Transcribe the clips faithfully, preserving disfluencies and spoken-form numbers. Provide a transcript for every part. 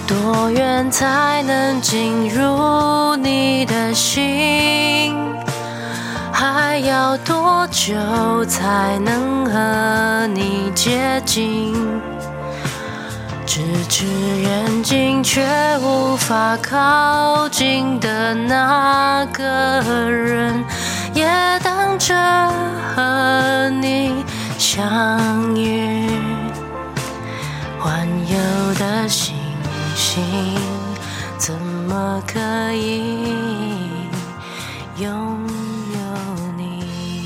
多远才能进入你的心？还要多久才能和你接近？咫尺远近却无法靠近的那个人，也等着和你相遇。环游的星星怎么可以拥有你？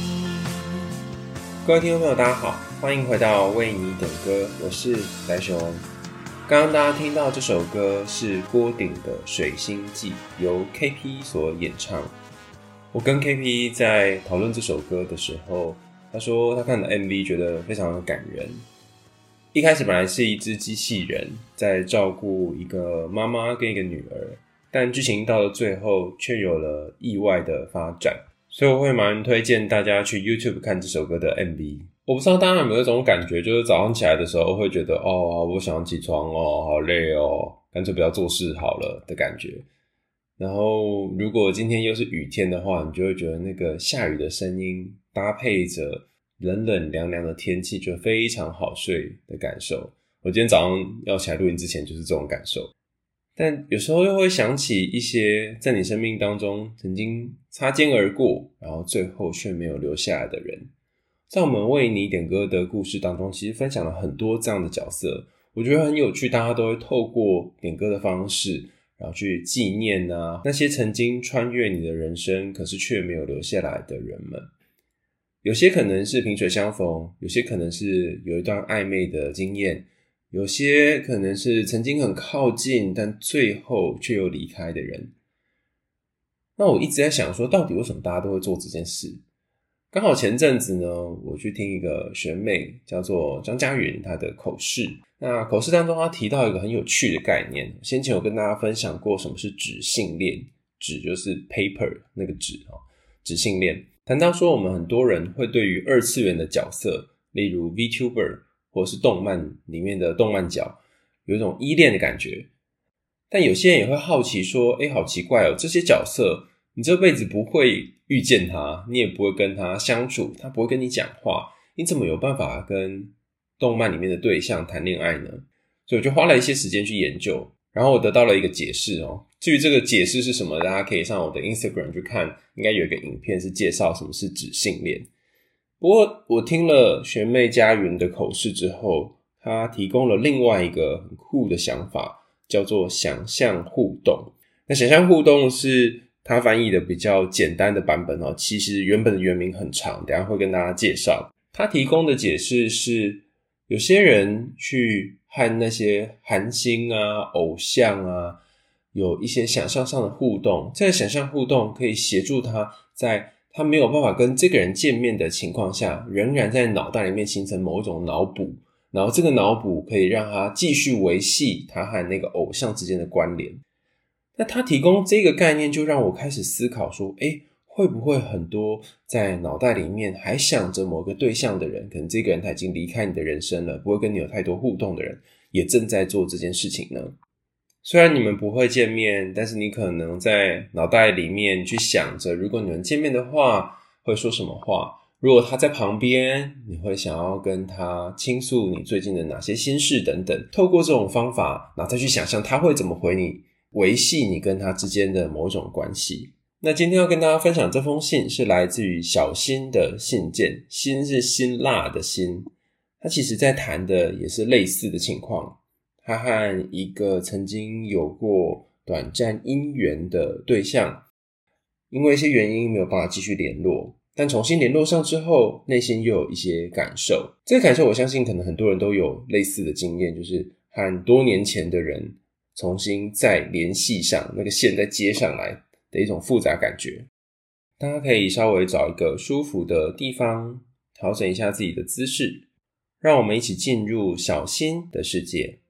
各位听众朋友大家好，欢迎回到为你点歌，我是来雄。刚刚大家听到这首歌是郭顶的《水星记》，由 K P 所演唱。我跟 K P 在讨论这首歌的时候，他说他看了 M V 觉得非常的感人。一开始本来是一只机器人在照顾一个妈妈跟一个女儿，但剧情到了最后却有了意外的发展，所以我会蛮推荐大家去 YouTube 看这首歌的 M V。 我不知道大家有没有这种感觉，就是早上起来的时候会觉得哦，我想起床哦，好累哦，干脆不要做事好了的感觉。然后如果今天又是雨天的话，你就会觉得那个下雨的声音搭配着冷冷凉凉的天气，就非常好睡的感受。我今天早上要起来录音之前就是这种感受。但有时候又会想起一些在你生命当中曾经擦肩而过，然后最后却没有留下来的人。在我们为你点歌的故事当中，其实分享了很多这样的角色，我觉得很有趣，大家都会透过点歌的方式，然后去纪念啊那些曾经穿越你的人生，可是却没有留下来的人们。有些可能是萍水相逢，有些可能是有一段暧昧的经验，有些可能是曾经很靠近，但最后却又离开的人。那我一直在想说，到底为什么大家都会做这件事？刚好前阵子呢，我去听一个学妹叫做张嘉云她的口试。那口试当中她提到一个很有趣的概念，先前有跟大家分享过什么是纸性恋，纸就是 paper 那个纸哦，纸性恋。谈到说我们很多人会对于二次元的角色，例如 VTuber 或是动漫里面的动漫角，有一种依恋的感觉。但有些人也会好奇说，诶，好奇怪哦，这些角色你这辈子不会遇见他，你也不会跟他相处，他不会跟你讲话，你怎么有办法跟动漫里面的对象谈恋爱呢？所以我就花了一些时间去研究，然后我得到了一个解释哦。至于这个解释是什么，大家可以上我的 Instagram 去看，应该有一个影片是介绍什么是纸性恋。不过我听了学妹嘉云的口试之后，她提供了另外一个很酷的想法，叫做想象互动。那想象互动是他翻译的比较简单的版本哦，其实原本的原名很长，等一下会跟大家介绍。他提供的解释是，有些人去和那些韩星啊、偶像啊，有一些想象上的互动，这个想象互动可以协助他在他没有办法跟这个人见面的情况下，仍然在脑袋里面形成某一种脑补，然后这个脑补可以让他继续维系他和那个偶像之间的关联。那他提供这个概念，就让我开始思考说，诶，会不会很多在脑袋里面还想着某个对象的人，可能这个人他已经离开你的人生了，不会跟你有太多互动的人，也正在做这件事情呢？虽然你们不会见面，但是你可能在脑袋里面去想着，如果你们见面的话，会说什么话？如果他在旁边，你会想要跟他倾诉你最近的哪些心事等等。透过这种方法，然后再去想象他会怎么回你，维系你跟他之间的某种关系。那今天要跟大家分享这封信是来自于小新的信件，辛是辛辣的辛，他其实在谈的也是类似的情况。他和一个曾经有过短暂姻缘的对象，因为一些原因没有办法继续联络，但重新联络上之后，内心又有一些感受。这个感受我相信可能很多人都有类似的经验，就是和多年前的人重新再联系上，那个线再接上来的一种复杂感觉。大家可以稍微找一个舒服的地方，调整一下自己的姿势，让我们一起进入小新的世界。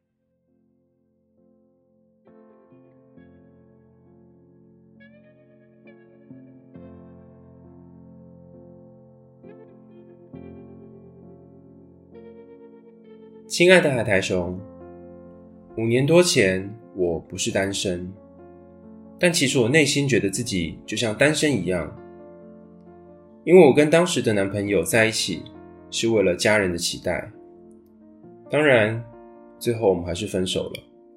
亲爱的海苔熊，五年多前， 我不是单身，但其实我内心觉得自己就像单身一样，因为我跟当时的男朋友在一起是为了家人的期待，当然最后我们还是分手了。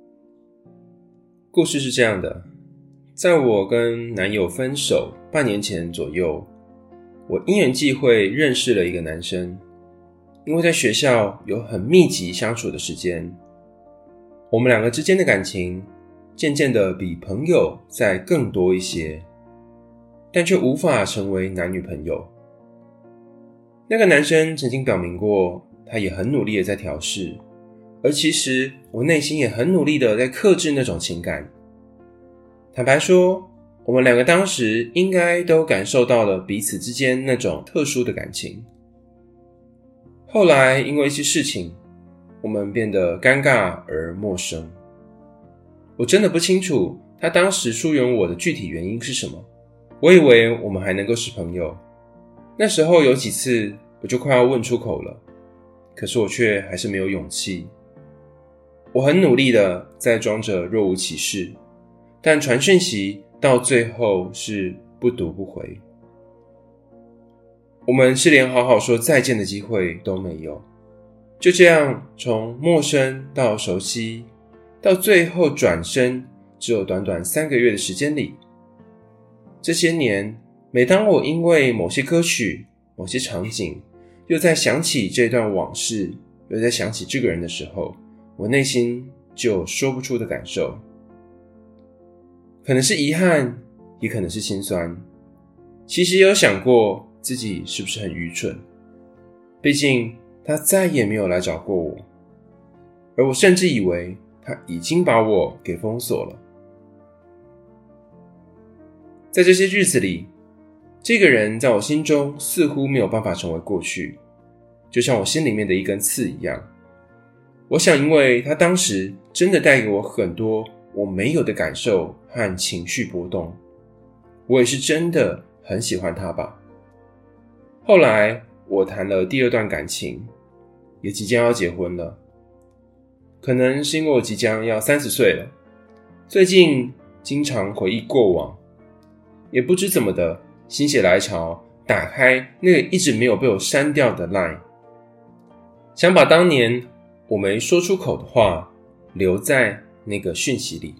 故事是这样的，在我跟男友分手半年前左右，我因缘际会认识了一个男生，因为在学校有很密集相处的时间，我们两个之间的感情渐渐的比朋友再更多一些，但却无法成为男女朋友。那个男生曾经表明过，他也很努力的在调试，而其实我内心也很努力的在克制那种情感。坦白说，我们两个当时应该都感受到了彼此之间那种特殊的感情。后来因为一些事情，我们变得尴尬而陌生。我真的不清楚他当时疏远我的具体原因是什么，我以为我们还能够是朋友。那时候有几次我就快要问出口了，可是我却还是没有勇气。我很努力的在装着若无其事，但传讯息到最后是不读不回。我们是连好好说再见的机会都没有，就这样从陌生到熟悉，到最后转身，只有短短三个月的时间里。这些年，每当我因为某些歌曲、某些场景，又在想起这段往事，又在想起这个人的时候，我内心就有说不出的感受。可能是遗憾，也可能是心酸。其实也有想过自己是不是很愚蠢，毕竟他再也没有来找过我，而我甚至以为他已经把我给封锁了。在这些日子里，这个人在我心中似乎没有办法成为过去，就像我心里面的一根刺一样。我想因为他当时真的带给我很多我没有的感受和情绪波动，我也是真的很喜欢他吧。后来我谈了第二段感情，也即将要结婚了。可能是因为我即将要三十岁了，最近经常回忆过往，也不知怎么的心血来潮，打开那个一直没有被我删掉的 LINE， 想把当年我没说出口的话留在那个讯息里。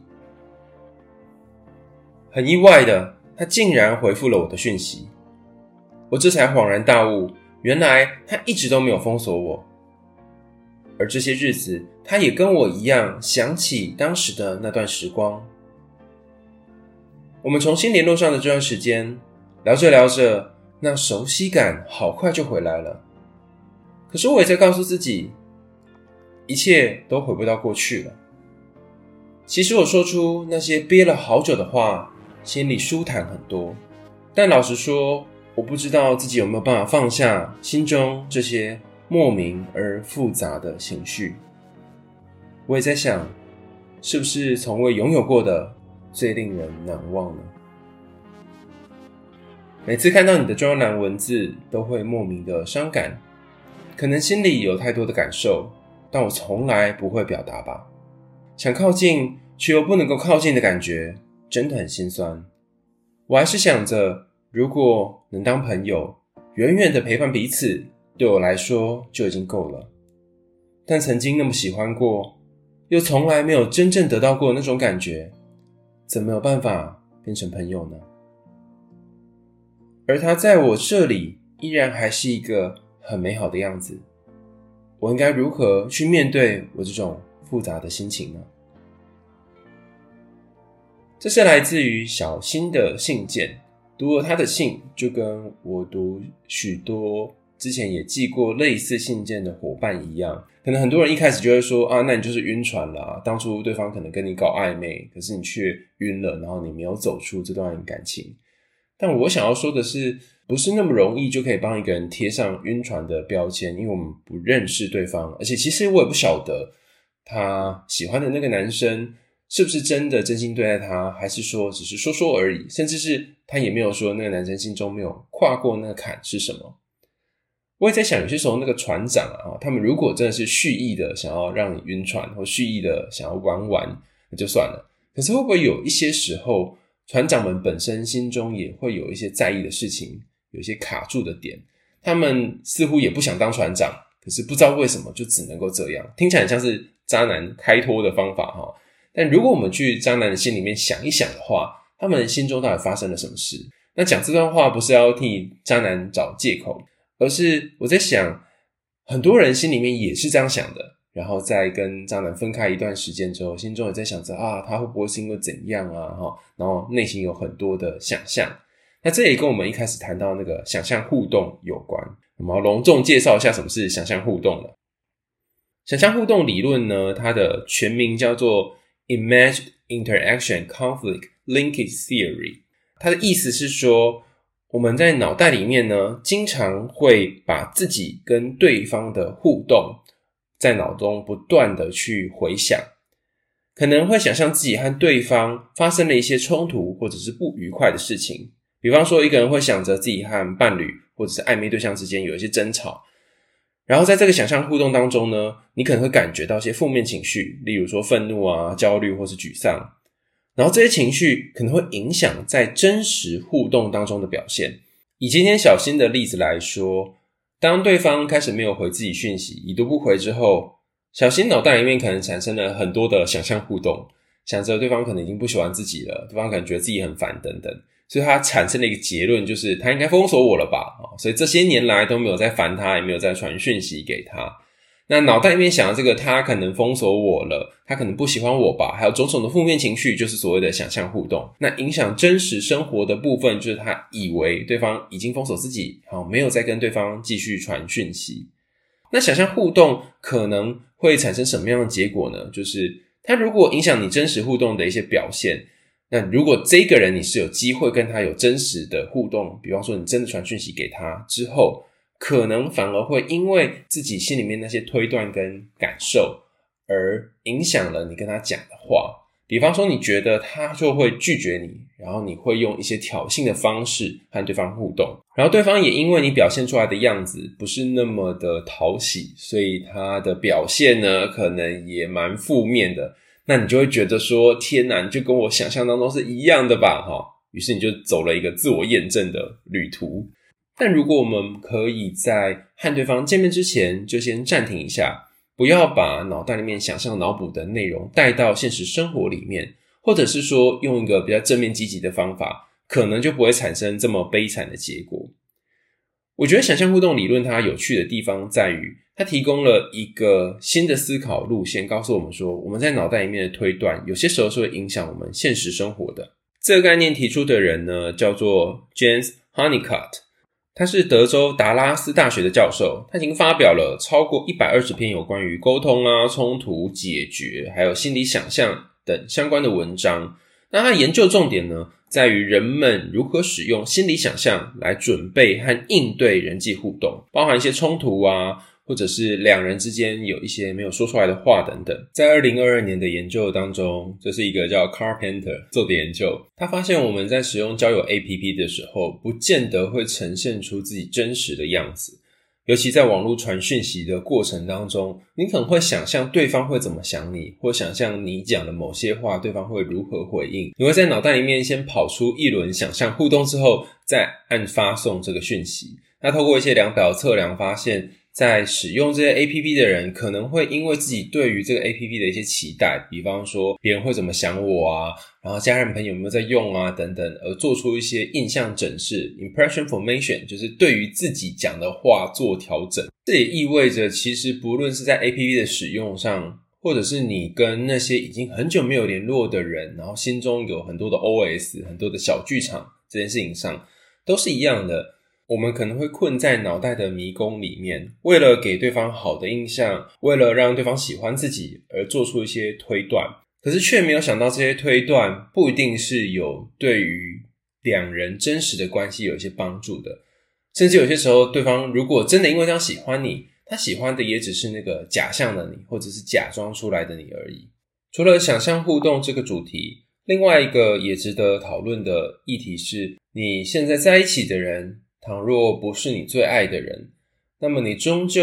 很意外的，他竟然回复了我的讯息，我这才恍然大悟，原来他一直都没有封锁我。而这些日子，他也跟我一样想起当时的那段时光。我们重新联络上的这段时间，聊着聊着，那熟悉感好快就回来了。可是我也在告诉自己，一切都回不到过去了。其实我说出那些憋了好久的话，心里舒坦很多，但老实说，我不知道自己有没有办法放下心中这些莫名而复杂的情绪。我也在想，是不是从未拥有过的最令人难忘呢？每次看到你的专栏文字，都会莫名的伤感，可能心里有太多的感受，但我从来不会表达吧。想靠近却又不能够靠近的感觉，真的很心酸。我还是想着，如果能当朋友，远远的陪伴彼此，对我来说就已经够了。但曾经那么喜欢过，又从来没有真正得到过那种感觉，怎么有办法变成朋友呢？而他在我这里依然还是一个很美好的样子，我应该如何去面对我这种复杂的心情呢？这是来自于小新的信件，读了他的信，就跟我读许多之前也寄过类似信件的伙伴一样，可能很多人一开始就会说啊，那你就是晕船啦，当初对方可能跟你搞暧昧，可是你却晕了，然后你没有走出这段感情。但我想要说的是，不是那么容易就可以帮一个人贴上晕船的标签，因为我们不认识对方，而且其实我也不晓得他喜欢的那个男生是不是真的真心对待他，还是说只是说说而已，甚至是他也没有说那个男生心中没有跨过那个坎是什么。我也在想，有些时候那个船长啊，他们如果真的是蓄意的想要让你晕船，或蓄意的想要玩玩， 那就算了。可是会不会有一些时候，船长们本身心中也会有一些在意的事情，有一些卡住的点，他们似乎也不想当船长，可是不知道为什么就只能够这样，听起来很像是渣男开脱的方法齁。但如果我们去渣男的心里面想一想的话，他们心中到底发生了什么事？那讲这段话不是要替渣男找借口，而是我在想，很多人心里面也是这样想的，然后在跟渣男分开一段时间之后，心中也在想着啊，他会不会是因为怎样啊，然后内心有很多的想象。那这也跟我们一开始谈到那个想象互动有关。我们要隆重介绍一下什么是想象互动了。想象互动理论呢，它的全名叫做 Imaged Interaction Conflict Linkage Theory。它的意思是说，我们在脑袋里面呢，经常会把自己跟对方的互动在脑中不断的去回想，可能会想象自己和对方发生了一些冲突或者是不愉快的事情。比方说，一个人会想着自己和伴侣或者是暧昧对象之间有一些争吵，然后在这个想象互动当中呢，你可能会感觉到一些负面情绪，例如说愤怒啊、焦虑或是沮丧。然后这些情绪可能会影响在真实互动当中的表现。以今天小新的例子来说，当对方开始没有回自己讯息，已读不回之后，小新脑袋里面可能产生了很多的想象互动，想着对方可能已经不喜欢自己了，对方可能觉得自己很烦等等，所以他产生了一个结论，就是他应该封锁我了吧，所以这些年来都没有再烦他，也没有再传讯息给他。那脑袋里面想的这个他可能封锁我了，他可能不喜欢我吧，还有种种的负面情绪，就是所谓的想象互动。那影响真实生活的部分，就是他以为对方已经封锁自己，好，没有再跟对方继续传讯息。那想象互动可能会产生什么样的结果呢？就是他如果影响你真实互动的一些表现，那如果这个人你是有机会跟他有真实的互动，比方说你真的传讯息给他之后，可能反而会因为自己心里面那些推断跟感受而影响了你跟他讲的话。比方说你觉得他就会拒绝你，然后你会用一些挑衅的方式和对方互动，然后对方也因为你表现出来的样子不是那么的讨喜，所以他的表现呢可能也蛮负面的。那你就会觉得说，天哪，你就跟我想象当中是一样的吧，于是你就走了一个自我验证的旅途。但如果我们可以在和对方见面之前就先暂停一下，不要把脑袋里面想象脑补的内容带到现实生活里面，或者是说用一个比较正面积极的方法，可能就不会产生这么悲惨的结果。我觉得想象互动理论它有趣的地方在于，它提供了一个新的思考路线，告诉我们说，我们在脑袋里面的推断有些时候是会影响我们现实生活的。这个概念提出的人呢，叫做 James Honeycutt，他是德州达拉斯大学的教授，他已经发表了超过一百二十篇有关于沟通啊、冲突解决还有心理想象等相关的文章。那他研究重点呢，在于人们如何使用心理想象来准备和应对人际互动，包含一些冲突啊，或者是两人之间有一些没有说出来的话等等。在二零二二年的研究当中，这是一个叫 Carpenter 做的研究，他发现我们在使用交友 A P P 的时候，不见得会呈现出自己真实的样子。尤其在网络传讯息的过程当中，你可能会想象对方会怎么想你，或想象你讲的某些话对方会如何回应。你会在脑袋里面先跑出一轮想象互动之后，再按发送这个讯息。那透过一些量表测量发现，在使用这些 A P P 的人可能会因为自己对于这个 A P P 的一些期待，比方说别人会怎么想我啊，然后家人朋友有没有在用啊等等，而做出一些印象整饰 impression formation， 就是对于自己讲的话做调整。这也意味着其实不论是在 A P P 的使用上，或者是你跟那些已经很久没有联络的人，然后心中有很多的 O S 很多的小剧场，这件事情上都是一样的。我们可能会困在脑袋的迷宫里面，为了给对方好的印象，为了让对方喜欢自己而做出一些推断，可是却没有想到这些推断不一定是有对于两人真实的关系有一些帮助的。甚至有些时候对方如果真的因为这样喜欢你，他喜欢的也只是那个假象的你，或者是假装出来的你而已。除了想象互动这个主题，另外一个也值得讨论的议题是，你现在在一起的人倘若不是你最爱的人，那么你终究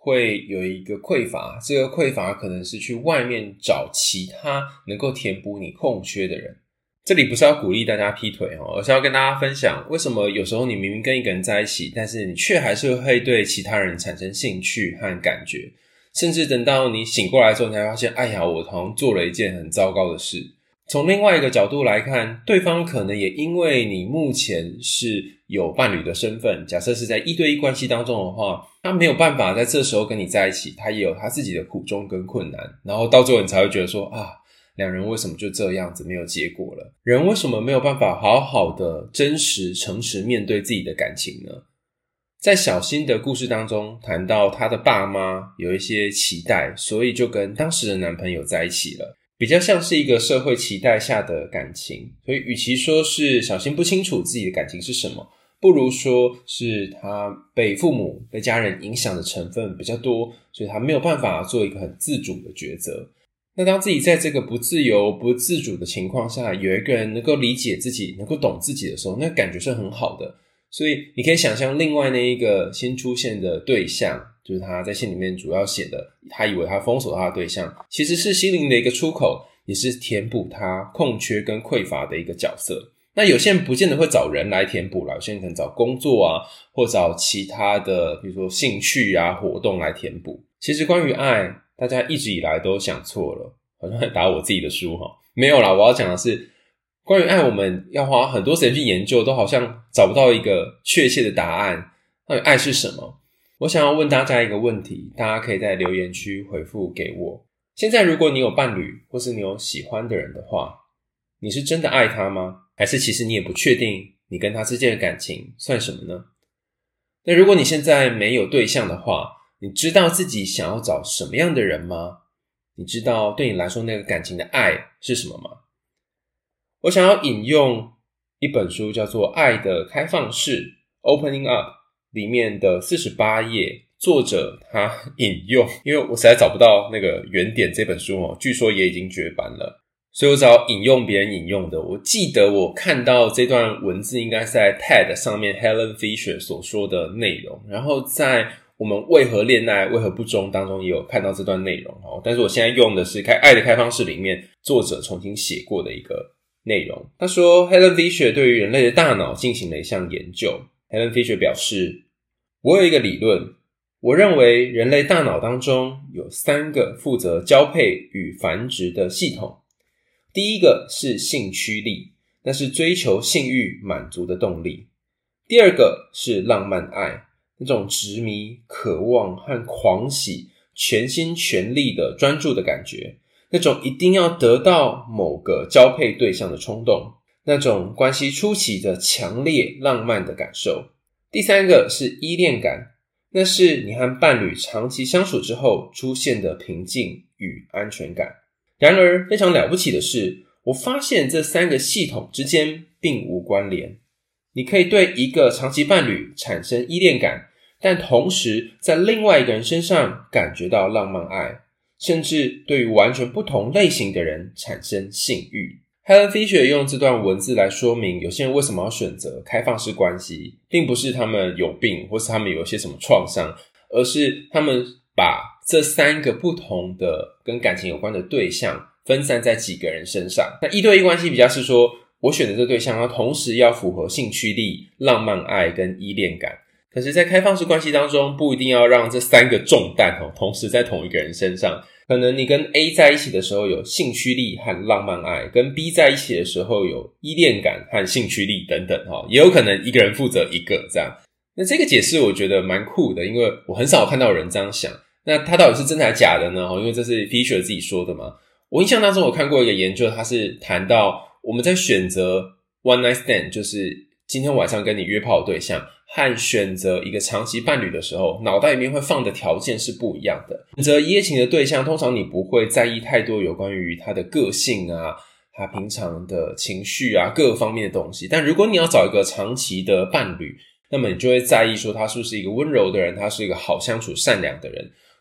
会有一个匮乏，这个匮乏可能是去外面找其他能够填补你空缺的人。这里不是要鼓励大家劈腿哦，而是要跟大家分享为什么有时候你明明跟一个人在一起，但是你却还是会对其他人产生兴趣和感觉，甚至等到你醒过来之后，你才发现，哎呀，我好像做了一件很糟糕的事。从另外一个角度来看，对方可能也因为你目前是有伴侣的身份，假设是在一对一关系当中的话，他没有办法在这时候跟你在一起，他也有他自己的苦衷跟困难，然后到最后你才会觉得说啊，两人为什么就这样子没有结果了？人为什么没有办法好好的真实诚实面对自己的感情呢？在小新的故事当中谈到他的爸妈有一些期待，所以就跟当时的男朋友在一起了，比较像是一个社会期待下的感情。所以与其说是小新不清楚自己的感情是什么，不如说是他被父母被家人影响的成分比较多，所以他没有办法做一个很自主的抉择。那当自己在这个不自由不自主的情况下，有一个人能够理解自己能够懂自己的时候，那感觉是很好的。所以你可以想象另外那一个新出现的对象，就是他在信里面主要写的他以为他封锁他的对象，其实是心灵的一个出口，也是填补他空缺跟匮乏的一个角色。那有些人不见得会找人来填补啦，有些人可能找工作啊，或找其他的比如说兴趣啊活动来填补。其实关于爱，大家一直以来都想错了，好像在打我自己的书齁。没有啦，我要讲的是关于爱，我们要花很多时间去研究，都好像找不到一个确切的答案。到底爱是什么？我想要问大家一个问题，大家可以在留言区回复给我。现在如果你有伴侣，或是你有喜欢的人的话，你是真的爱他吗？还是其实你也不确定你跟他之间的感情算什么呢？那如果你现在没有对象的话，你知道自己想要找什么样的人吗？你知道对你来说那个感情的爱是什么吗？我想要引用一本书叫做《爱的开放式》 Opening Up 里面的四十八页，作者他引用，因为我实在找不到那个原点，这本书哦，据说也已经绝版了，所以我只好引用别人引用的。我记得我看到这段文字应该是在 T E D 上面 Helen Fisher 所说的内容，然后在我们为何恋爱为何不忠当中也有看到这段内容，但是我现在用的是《爱的开放式》里面作者重新写过的一个内容。他说 Helen Fisher 对于人类的大脑进行了一项研究。 Helen Fisher 表示，我有一个理论，我认为人类大脑当中有三个负责交配与繁殖的系统。第一个是性驱力，那是追求性欲满足的动力。第二个是浪漫爱，那种执迷、渴望和狂喜，全心全力的专注的感觉，那种一定要得到某个交配对象的冲动，那种关系初期的强烈浪漫的感受。第三个是依恋感，那是你和伴侣长期相处之后出现的平静与安全感。然而非常了不起的是，我发现这三个系统之间并无关联。你可以对一个长期伴侣产生依恋感，但同时在另外一个人身上感觉到浪漫爱，甚至对于完全不同类型的人产生性欲。 Helen Fisher 用这段文字来说明有些人为什么要选择开放式关系，并不是他们有病或是他们有些什么创伤，而是他们把这三个不同的跟感情有关的对象分散在几个人身上。那一对一关系比较是说，我选择这对象它同时要符合性驱力、浪漫爱跟依恋感。可是在开放式关系当中，不一定要让这三个重担哦同时在同一个人身上。可能你跟 A 在一起的时候有性驱力和浪漫爱，跟 B 在一起的时候有依恋感和性驱力等等齁，也有可能一个人负责一个这样。那这个解释我觉得蛮酷的，因为我很少看到有人这样想。那他到底是真的还假的呢？因为这是 Fisher 自己说的嘛。我印象当中我看过一个研究，他是谈到我们在选择 one night stand， 就是今天晚上跟你约炮的对象，和选择一个长期伴侣的时候，脑袋里面会放的条件是不一样的。选择一夜情的对象，通常你不会在意太多有关于他的个性啊，他平常的情绪啊，各方面的东西。但如果你要找一个长期的伴侣，那么你就会在意说他是不是一个温柔的人，他是一个好相处善良的人。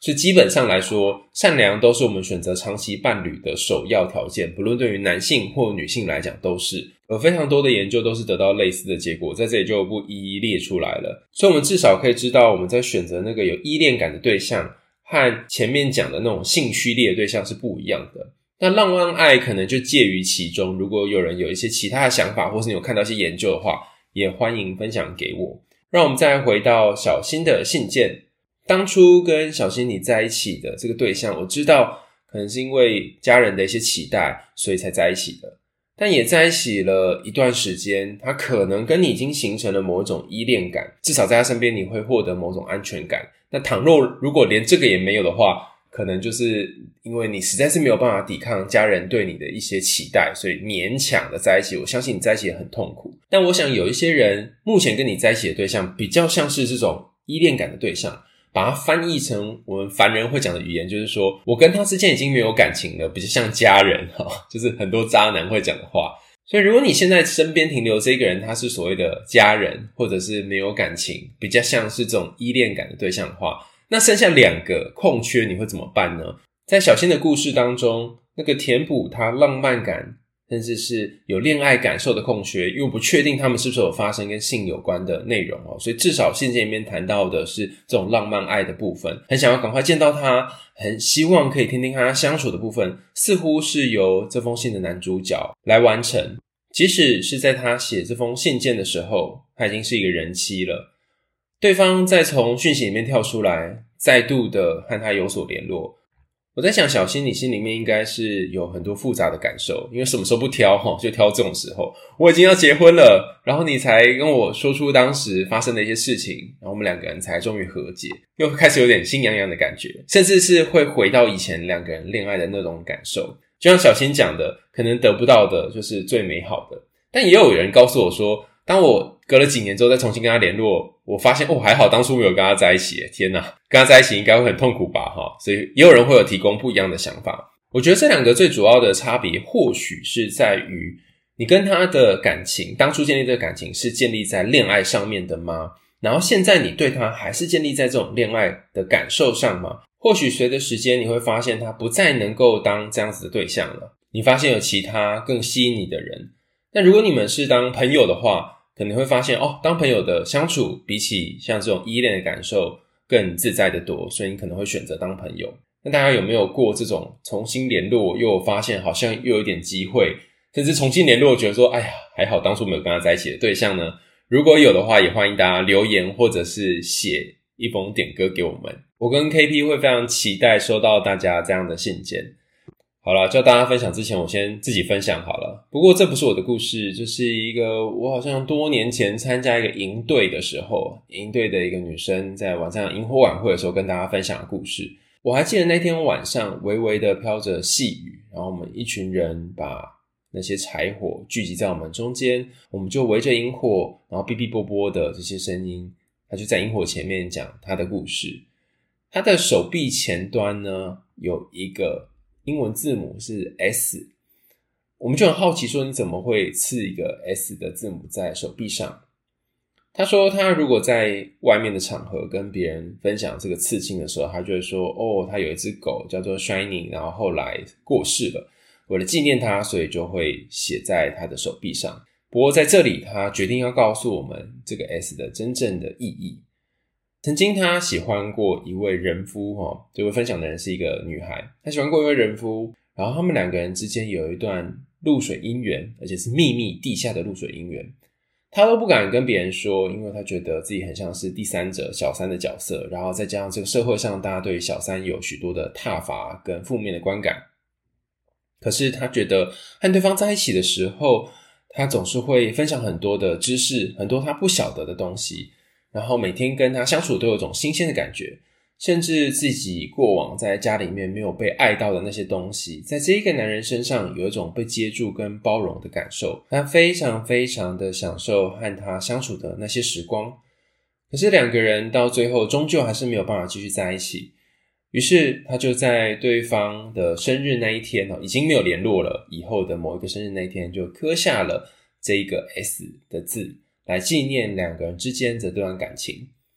所以基本上来说，善良都是我们选择长期伴侣的首要条件，不论对于男性或女性来讲都是。而非常多的研究都是得到类似的结果，在这里就不一一列出来了。所以我们至少可以知道，我们在选择那个有依恋感的对象和前面讲的那种性驱力的对象是不一样的。那浪漫爱可能就介于其中，如果有人有一些其他的想法，或是你有看到一些研究的话，也欢迎分享给我。让我们再回到小新的信件。当初跟小新你在一起的这个对象，我知道可能是因为家人的一些期待，所以才在一起的。但也在一起了一段时间，他可能跟你已经形成了某种依恋感，至少在他身边你会获得某种安全感。那倘若如果连这个也没有的话，可能就是因为你实在是没有办法抵抗家人对你的一些期待，所以勉强的在一起。我相信你在一起也很痛苦，但我想有一些人目前跟你在一起的对象比较像是这种依恋感的对象，把它翻译成我们凡人会讲的语言，就是说我跟他之间已经没有感情了，比较像家人，就是很多渣男会讲的话。所以如果你现在身边停留这个人他是所谓的家人，或者是没有感情，比较像是这种依恋感的对象的话，那剩下两个空缺你会怎么办呢？在小新的故事当中，那个填补他浪漫感甚至是有恋爱感受的空缺，因为我不确定他们是不是有发生跟性有关的内容哦，所以至少信件里面谈到的是这种浪漫爱的部分，很想要赶快见到他，很希望可以听听他相处的部分，似乎是由这封信的男主角来完成。即使是在他写这封信件的时候，他已经是一个人妻了，对方再从讯息里面跳出来，再度的和他有所联络。我在想小新你心里面应该是有很多复杂的感受，因为什么时候不挑就挑这种时候，我已经要结婚了，然后你才跟我说出当时发生的一些事情，然后我们两个人才终于和解，又开始有点心痒痒的感觉，甚至是会回到以前两个人恋爱的那种感受。就像小新讲的，可能得不到的就是最美好的，但也有人告诉我说，当我隔了几年之后再重新跟他联络，我发现哦，还好当初没有跟他在一起，天哪，跟他在一起应该会很痛苦吧齁，所以也有人会有提供不一样的想法。我觉得这两个最主要的差别或许是在于你跟他的感情，当初建立这个感情是建立在恋爱上面的吗？然后现在你对他还是建立在这种恋爱的感受上吗？或许随着时间你会发现他不再能够当这样子的对象了，你发现有其他更吸引你的人。但如果你们是当朋友的话，可能会发现哦，当朋友的相处比起像这种依恋的感受更自在的多，所以你可能会选择当朋友。那大家有没有过这种重新联络又发现好像又有点机会，甚至重新联络觉得说哎呀还好当初没有跟他在一起的对象呢？如果有的话，也欢迎大家留言或者是写一封点歌给我们，我跟 K P 会非常期待收到大家这样的信件。好了，叫大家分享之前我先自己分享好了。不过这不是我的故事，这是一个我好像多年前参加一个营队的时候，营队的一个女生在晚上萤火晚会的时候跟大家分享的故事。我还记得那天晚上微微的飘着细雨，然后我们一群人把那些柴火聚集在我们中间，我们就围着萤火，然后哔哔啵啵的这些声音，他就在萤火前面讲他的故事。他的手臂前端呢有一个英文字母是 S， 我们就很好奇说你怎么会刺一个 S 的字母在手臂上。他说他如果在外面的场合跟别人分享这个刺青的时候，他就会说哦，他有一只狗叫做 Shining， 然后后来过世了，为了纪念他，所以就会写在他的手臂上。不过在这里他决定要告诉我们这个 S 的真正的意义。曾经他喜欢过一位人夫齁，这位分享的人是一个女孩，他喜欢过一位人夫，然后他们两个人之间有一段露水姻缘，而且是秘密地下的露水姻缘。他都不敢跟别人说，因为他觉得自己很像是第三者小三的角色，然后再加上这个社会上大家对于小三有许多的挞伐跟负面的观感。可是他觉得和对方在一起的时候，他总是会分享很多的知识，很多他不晓得的东西，然后每天跟他相处都有种新鲜的感觉，甚至自己过往在家里面没有被爱到的那些东西，在这一个男人身上有一种被接住跟包容的感受，他非常非常的享受和他相处的那些时光。可是两个人到最后终究还是没有办法继续在一起，于是他就在对方的生日那一天已经没有联络了，以后的某一个生日那一天就刻下了这一个 S 的字，来纪念两个人之间的这段感情。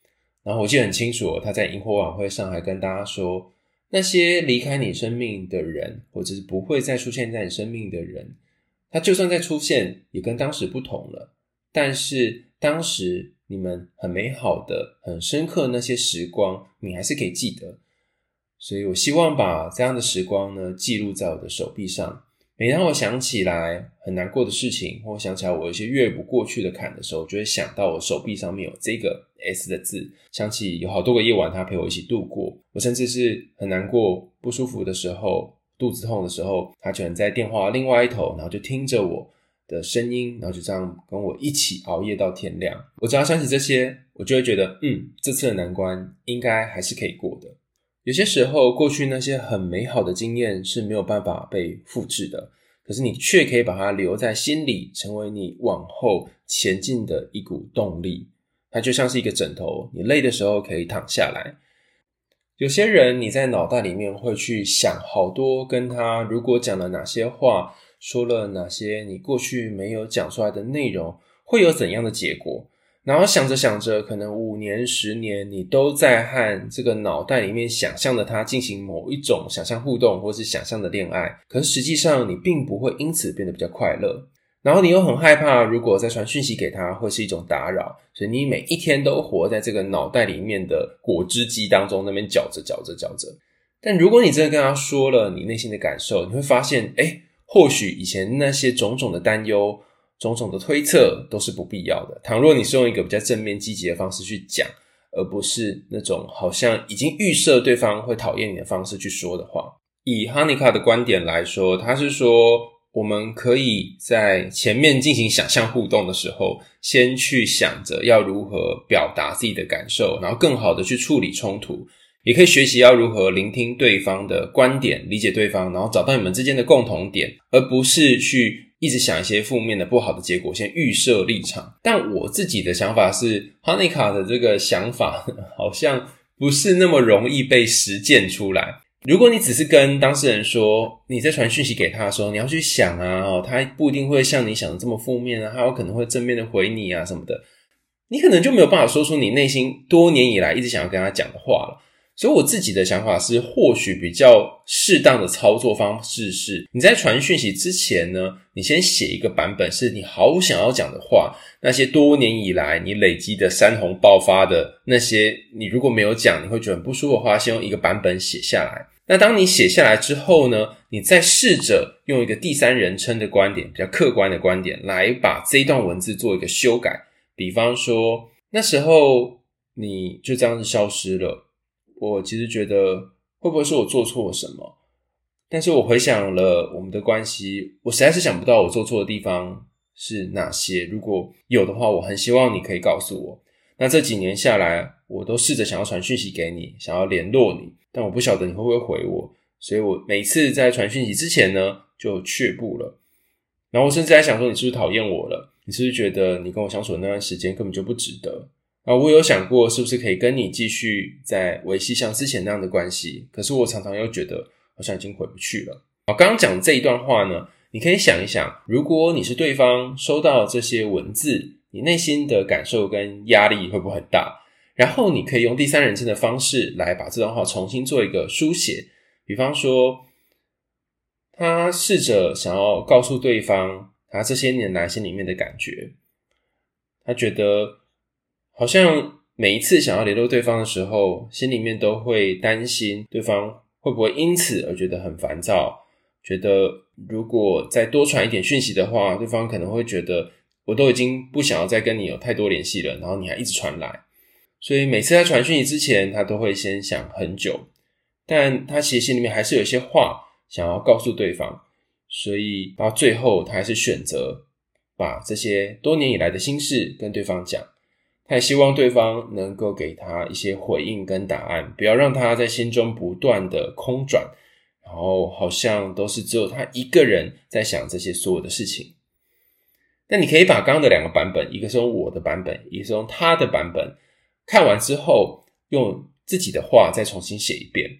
然后我记得很清楚，他在萤火晚会上还跟大家说，那些离开你生命的人，或者是不会再出现在你生命的人，他就算再出现也跟当时不同了，但是当时你们很美好的很深刻的那些时光你还是可以记得。所以我希望把这样的时光呢记录在我的手臂上，每当我想起来很难过的事情，或想起来我有一些越不过去的坎的时候，就会想到我手臂上面有这个 S 的字，想起有好多个夜晚他陪我一起度过，我甚至是很难过不舒服的时候，肚子痛的时候，他可能在电话另外一头，然后就听着我的声音，然后就这样跟我一起熬夜到天亮。我只要想起这些，我就会觉得嗯，这次的难关应该还是可以过的。有些时候过去那些很美好的经验是没有办法被复制的，可是你却可以把它留在心里，成为你往后前进的一股动力。它就像是一个枕头，你累的时候可以躺下来。有些人你在脑袋里面会去想好多跟他如果讲了哪些话，说了哪些你过去没有讲出来的内容，会有怎样的结果，然后想着想着可能五年十年你都在和这个脑袋里面想象的他进行某一种想象互动或是想象的恋爱，可是实际上你并不会因此变得比较快乐，然后你又很害怕如果再传讯息给他会是一种打扰，所以你每一天都活在这个脑袋里面的果汁机当中，那边搅着搅着搅着。但如果你真的跟他说了你内心的感受，你会发现诶，或许以前那些种种的担忧种种的推测都是不必要的，倘若你是用一个比较正面积极的方式去讲，而不是那种好像已经预设对方会讨厌你的方式去说的话。以哈尼卡的观点来说，他是说我们可以在前面进行想象互动的时候，先去想着要如何表达自己的感受，然后更好的去处理冲突，也可以学习要如何聆听对方的观点，理解对方，然后找到你们之间的共同点，而不是去一直想一些负面的不好的结果，先预设立场。但我自己的想法是，哈尼卡的这个想法好像不是那么容易被实践出来。如果你只是跟当事人说，你在传讯息给他的时候，你要去想啊，哦，他不一定会像你想的这么负面啊，他有可能会正面的回你啊什么的，你可能就没有办法说出你内心多年以来一直想要跟他讲的话了。所以我自己的想法是，或许比较适当的操作方式是，你在传讯息之前呢，你先写一个版本是你好想要讲的话，那些多年以来你累积的山洪爆发的那些，你如果没有讲你会觉得很不舒服的话，先用一个版本写下来。那当你写下来之后呢，你再试着用一个第三人称的观点，比较客观的观点来把这一段文字做一个修改。比方说，那时候你就这样子消失了，我其实觉得会不会是我做错了什么，但是我回想了我们的关系，我实在是想不到我做错的地方是哪些，如果有的话我很希望你可以告诉我。那这几年下来我都试着想要传讯息给你，想要联络你，但我不晓得你会不会回我，所以我每次在传讯息之前呢就却步了。然后我甚至在想说，你是不是讨厌我了，你是不是觉得你跟我相处的那段时间根本就不值得啊？我有想过是不是可以跟你继续再维系像之前那样的关系，可是我常常又觉得好像已经回不去了。好，刚刚讲这一段话呢，你可以想一想，如果你是对方收到这些文字，你内心的感受跟压力会不会很大？然后你可以用第三人称的方式来把这段话重新做一个书写。比方说，他试着想要告诉对方他这些年来心里面的感觉，他觉得好像每一次想要联络对方的时候，心里面都会担心对方会不会因此而觉得很烦躁，觉得如果再多传一点讯息的话，对方可能会觉得我都已经不想要再跟你有太多联系了，然后你还一直传来。所以每次在传讯息之前，他都会先想很久，但他其实心里面还是有一些话想要告诉对方，所以到最后他还是选择把这些多年以来的心事跟对方讲。他也希望对方能够给他一些回应跟答案，不要让他在心中不断的空转，然后好像都是只有他一个人在想这些所有的事情。那你可以把刚刚的两个版本，一个是用我的版本，一个是用他的版本，看完之后用自己的话再重新写一遍。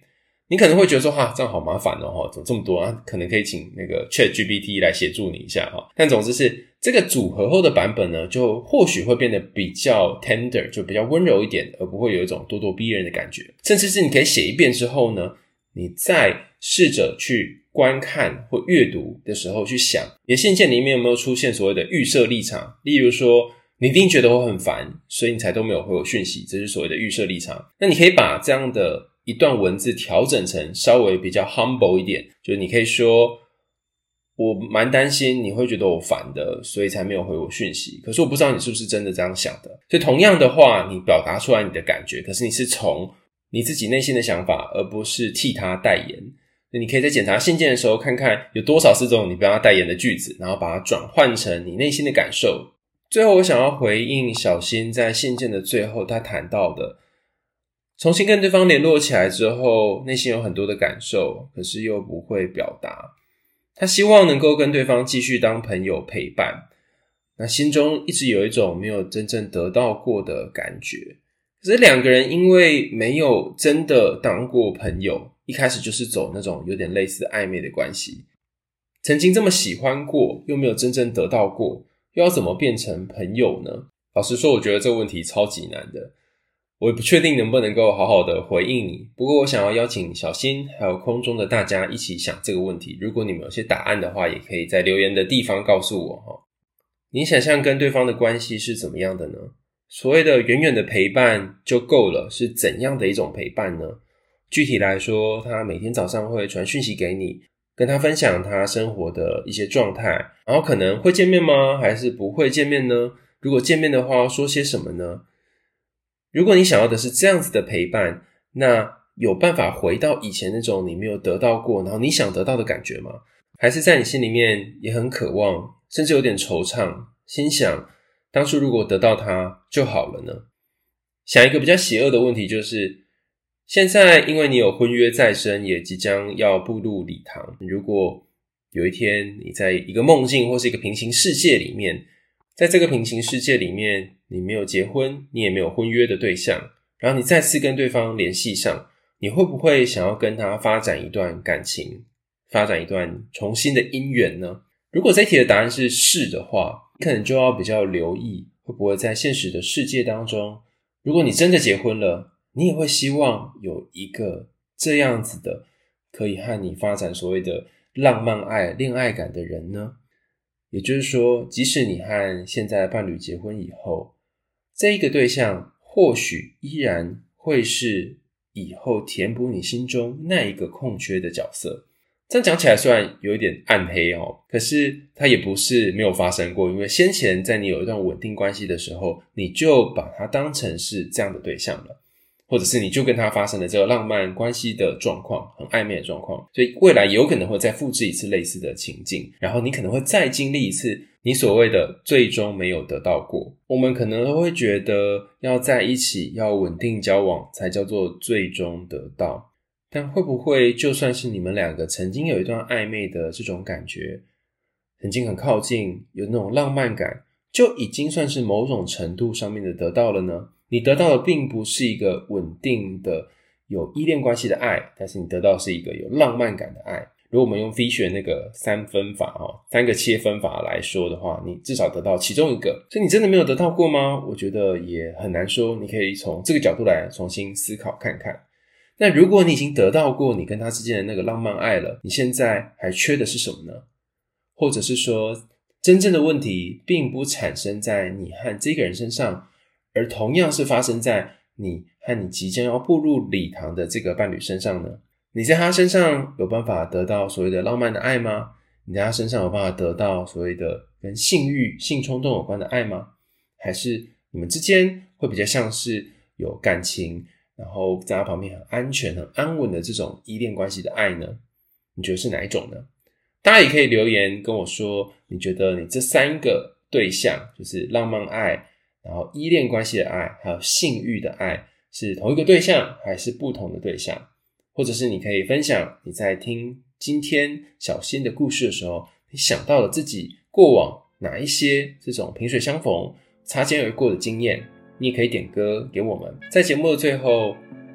你可能会觉得说哈，这样好麻烦哦，怎么这么多啊？可能可以请那个 ChatGPT 来协助你一下哈。但总之是这个组合后的版本呢，就或许会变得比较 tender， 就比较温柔一点，而不会有一种咄咄逼人的感觉。甚至是你可以写一遍之后呢，你再试着去观看或阅读的时候去想，你的信件里面有没有出现所谓的预设立场，例如说你一定觉得我很烦，所以你才都没有回我讯息，这是所谓的预设立场。那你可以把这样的一段文字调整成稍微比较 humble 一点，就是你可以说我蛮担心你会觉得我烦的，所以才没有回我讯息，可是我不知道你是不是真的这样想的。所以同样的话，你表达出来你的感觉，可是你是从你自己内心的想法，而不是替他代言。你可以在检查信件的时候看看有多少是这种你帮他代言的句子，然后把它转换成你内心的感受。最后我想要回应小新在信件的最后他谈到的，重新跟对方联络起来之后，内心有很多的感受，可是又不会表达。他希望能够跟对方继续当朋友陪伴，那心中一直有一种没有真正得到过的感觉。可是两个人因为没有真的当过朋友，一开始就是走那种有点类似暧昧的关系，曾经这么喜欢过，又没有真正得到过，又要怎么变成朋友呢？老实说，我觉得这个问题超级难的。我也不确定能不能够好好的回应你，不过我想要邀请小新还有空中的大家一起想这个问题。如果你们有些答案的话，也可以在留言的地方告诉我。你想象跟对方的关系是怎么样的呢？所谓的远远的陪伴就够了，是怎样的一种陪伴呢？具体来说，他每天早上会传讯息给你，跟他分享他生活的一些状态，然后可能会见面吗？还是不会见面呢？如果见面的话，说些什么呢？如果你想要的是这样子的陪伴，那有办法回到以前那种你没有得到过，然后你想得到的感觉吗？还是在你心里面也很渴望，甚至有点惆怅，心想当初如果得到它就好了呢？想一个比较邪恶的问题，就是现在因为你有婚约在身，也即将要步入礼堂，如果有一天你在一个梦境或是一个平行世界里面，在这个平行世界里面你没有结婚，你也没有婚约的对象，然后你再次跟对方联系上，你会不会想要跟他发展一段感情，发展一段重新的姻缘呢？如果这一题的答案是是的话，你可能就要比较留意，会不会在现实的世界当中，如果你真的结婚了，你也会希望有一个这样子的可以和你发展所谓的浪漫爱、恋爱感的人呢？也就是说，即使你和现在的伴侣结婚以后，这一个对象或许依然会是以后填补你心中那一个空缺的角色。这样讲起来虽然有一点暗黑哦，可是它也不是没有发生过，因为先前在你有一段稳定关系的时候，你就把它当成是这样的对象了，或者是你就跟他发生了这个浪漫关系的状况，很暧昧的状况，所以未来有可能会再复制一次类似的情境，然后你可能会再经历一次你所谓的最终没有得到过。我们可能会觉得要在一起，要稳定交往才叫做最终得到，但会不会就算是你们两个曾经有一段暧昧的这种感觉，曾经很靠近，有那种浪漫感，就已经算是某种程度上面的得到了呢？你得到的并不是一个稳定的有依恋关系的爱，但是你得到的是一个有浪漫感的爱。如果我们用 Fisher 那个三分法三个切分法来说的话，你至少得到其中一个。所以你真的没有得到过吗？我觉得也很难说，你可以从这个角度来重新思考看看。那如果你已经得到过你跟他之间的那个浪漫爱了，你现在还缺的是什么呢？或者是说真正的问题并不产生在你和这个人身上，而同样是发生在你和你即将要步入礼堂的这个伴侣身上呢？你在他身上有办法得到所谓的浪漫的爱吗？你在他身上有办法得到所谓的跟性欲、性冲动有关的爱吗？还是你们之间会比较像是有感情，然后在他旁边很安全、很安稳的这种依恋关系的爱呢？你觉得是哪一种呢？大家也可以留言跟我说，你觉得你这三个对象，就是浪漫爱，然后依恋关系的爱，还有性欲的爱，是同一个对象还是不同的对象？或者是你可以分享你在听今天小新的故事的时候，你想到了自己过往哪一些这种萍水相逢、擦肩而过的经验，你也可以点歌给我们。在节目的最后，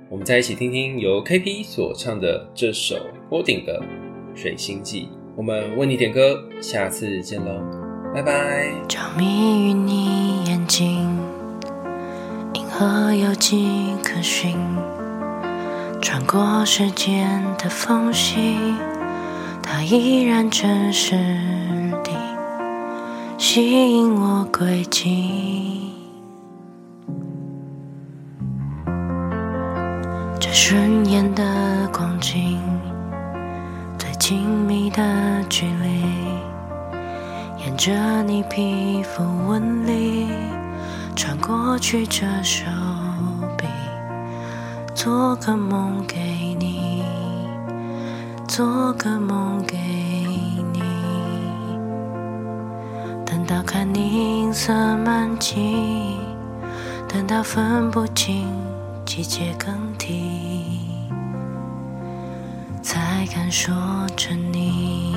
我们再一起听听由 K P 所唱的这首郭顶的《水星记》。我们为你点歌，下次见喽，拜拜。 着迷于你眼睛，银河有迹可循，穿过时间的缝隙，它依然真实地吸引我轨迹。这顺眼的光景，最亲密的距离，沿着你皮肤纹理穿过去这手臂，做个梦给你，做个梦给你。等到看你银色满际，等到分不清季节更替，才敢说着你。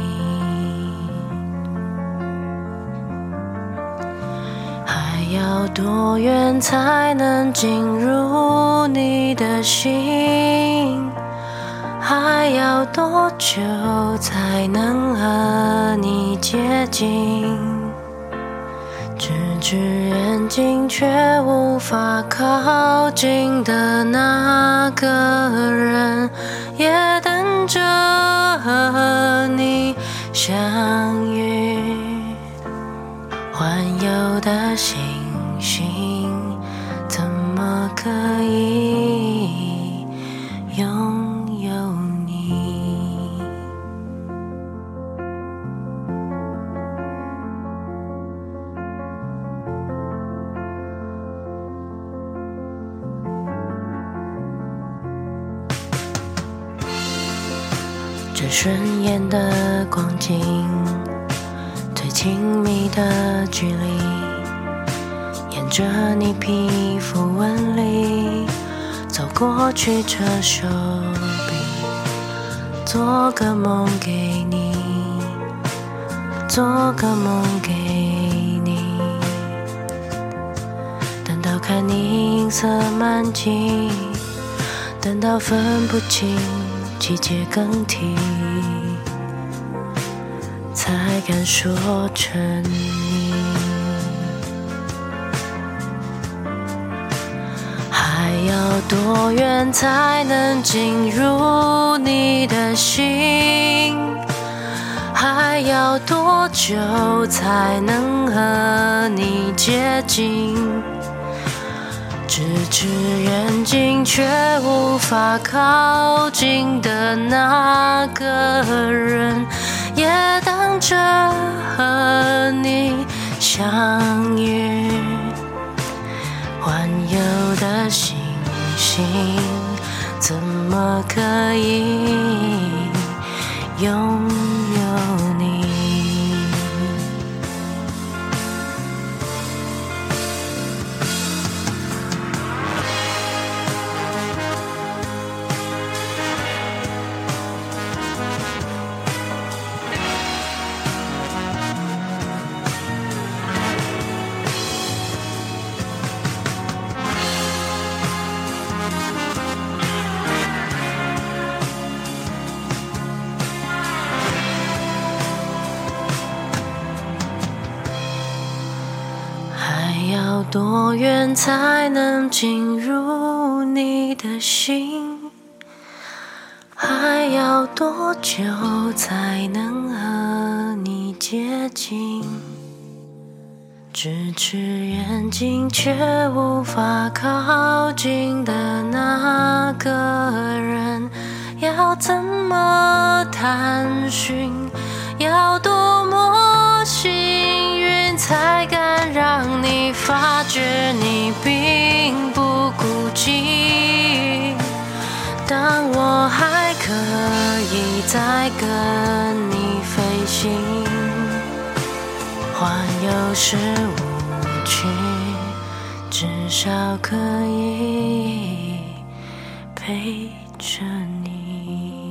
还要多远才能进入你的心？还要多久才能和你接近？直至眼睛却无法靠近的那个人，也等着和你相遇。环游的星星，怎么可以拥有你？这顺眼的光景，最亲密的距离，沿着你皮肤纹理走过去这手臂，做个梦给你，做个梦给你。等到看你银色满际，等到分不清季节更替，才敢说成你。还要多远才能进入你的心？还要多久才能和你接近？咫尺远近却无法靠近的那个人，也等着和你相遇。环游的星星，怎么可以拥有你？要多远才能进入你的心？还要多久才能和你接近？咫尺远近却无法靠近的那个人，要怎么探寻？要多么幸运才敢让你发觉你并不孤寂？当我还可以再跟你飞行，环游是无趣，至少可以陪着你。